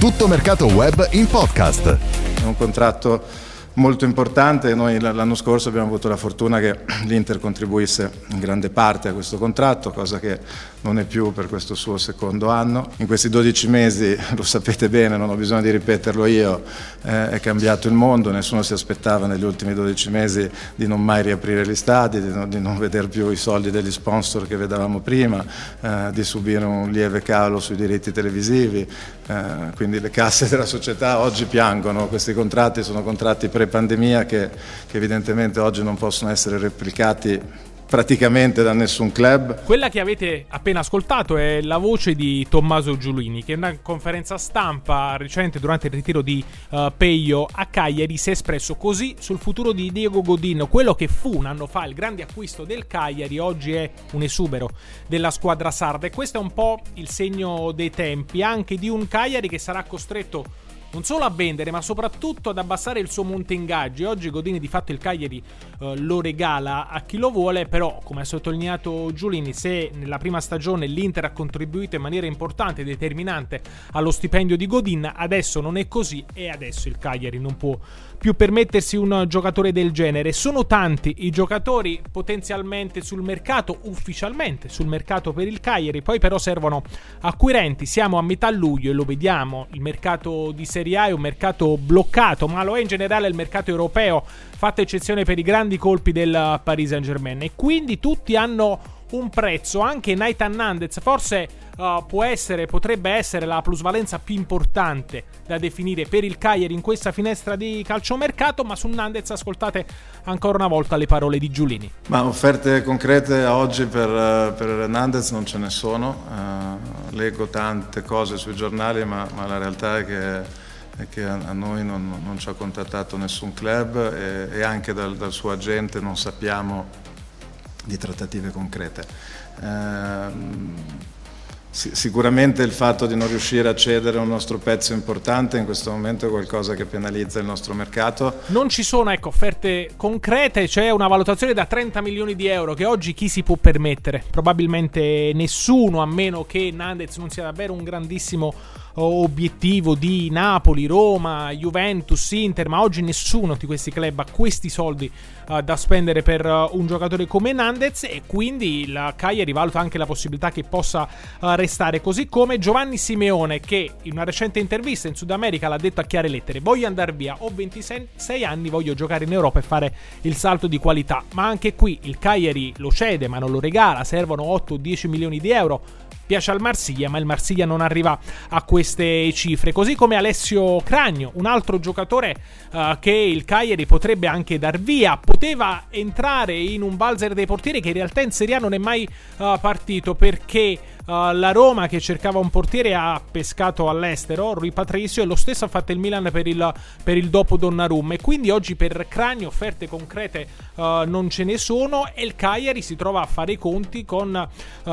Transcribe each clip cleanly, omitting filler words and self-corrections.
Tutto Mercato Web in podcast. È un contratto molto importante. Noi l'anno scorso abbiamo avuto la fortuna che l'Inter contribuisse in grande parte a questo contratto, cosa che non è più per questo suo secondo anno. In questi 12 mesi, lo sapete bene, non ho bisogno di ripeterlo io, è cambiato il mondo. Nessuno si aspettava negli ultimi 12 mesi di non mai riaprire gli stadi, di non vedere più i soldi degli sponsor che vedevamo prima, di subire un lieve calo sui diritti televisivi, quindi le casse della società oggi piangono. Questi contratti sono contratti pre-pandemia che evidentemente oggi non possono essere replicati praticamente da nessun club. Quella che avete appena ascoltato è la voce di Tommaso Giulini, che in una conferenza stampa recente durante il ritiro di Peio a Cagliari si è espresso così sul futuro di Diego Godin. Quello che fu un anno fa il grande acquisto del Cagliari oggi è un esubero della squadra sarda, e questo è un po' il segno dei tempi anche di un Cagliari che sarà costretto non solo a vendere, ma soprattutto ad abbassare il suo monte ingaggi. Oggi Godin di fatto il Cagliari lo regala a chi lo vuole, però come ha sottolineato Giulini, se nella prima stagione l'Inter ha contribuito in maniera importante e determinante allo stipendio di Godin, adesso non è così e adesso il Cagliari non può più permettersi un giocatore del genere. Sono tanti i giocatori potenzialmente sul mercato, ufficialmente sul mercato per il Cagliari, poi però servono acquirenti. Siamo a metà luglio e lo vediamo, il mercato di Serie A è un mercato bloccato, ma lo è in generale il mercato europeo, fatta eccezione per i grandi colpi del Paris Saint-Germain, e quindi tutti hanno un prezzo. Anche Nathan Nandez forse potrebbe essere la plusvalenza più importante da definire per il Cagliari in questa finestra di calciomercato, ma su Nandez ascoltate ancora una volta le parole di Giulini. Ma offerte concrete oggi per Nandez non ce ne sono. Leggo tante cose sui giornali, ma la realtà è che a noi non ci ha contattato nessun club, e anche dal suo agente non sappiamo di trattative concrete. Sicuramente il fatto di non riuscire a cedere un nostro pezzo importante in questo momento è qualcosa che penalizza il nostro mercato. Non ci sono offerte concrete, c'è una valutazione da 30 milioni di euro che oggi chi si può permettere? Probabilmente nessuno, a meno che Nandez non sia davvero un grandissimo obiettivo di Napoli, Roma, Juventus, Inter, ma oggi nessuno di questi club ha questi soldi da spendere per un giocatore come Nandez, e quindi il Cagliari valuta anche la possibilità che possa restare, così come Giovanni Simeone, che in una recente intervista in Sud America l'ha detto a chiare lettere: voglio andare via, ho 26 anni, voglio giocare in Europa e fare il salto di qualità. Ma anche qui il Cagliari lo cede ma non lo regala, servono 8-10 milioni di euro. Piace al Marsiglia, ma il Marsiglia non arriva a queste cifre. Così come Alessio Cragno, un altro giocatore che il Cagliari potrebbe anche dar via. Poteva entrare in un valzer dei portieri che in realtà in Serie A non è mai partito, perché la Roma, che cercava un portiere, ha pescato all'estero Rui Patricio, e lo stesso ha fatto il Milan per il dopo Donnarumma, e quindi oggi per Cragno offerte concrete non ce ne sono, e il Cagliari si trova a fare i conti con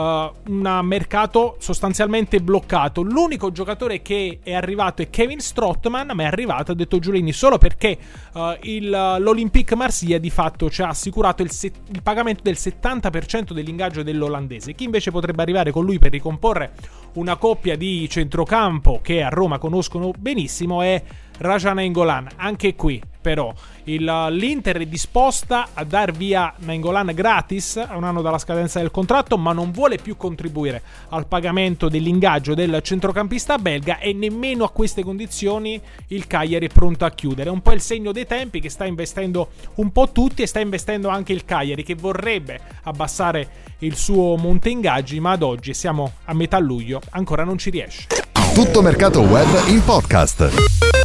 un mercato sostanzialmente bloccato. L'unico giocatore che è arrivato è Kevin Strootman, ma è arrivato, ha detto Giulini, solo perché l'Olympique Marsiglia di fatto ci ha assicurato il pagamento del 70% dell'ingaggio dell'olandese. Chi invece potrebbe arrivare con lui per ricomporre una coppia di centrocampo che a Roma conoscono benissimo è Raja Nainggolan. Anche qui però l'Inter è disposta a dar via Nainggolan gratis a un anno dalla scadenza del contratto, ma non vuole più contribuire al pagamento dell'ingaggio del centrocampista belga, e nemmeno a queste condizioni il Cagliari è pronto a chiudere. È un po' il segno dei tempi che sta investendo un po' tutti, e sta investendo anche il Cagliari, che vorrebbe abbassare il suo monte ingaggi, ma ad oggi siamo a metà luglio, ancora non ci riesce. Tutto Mercato Web in podcast.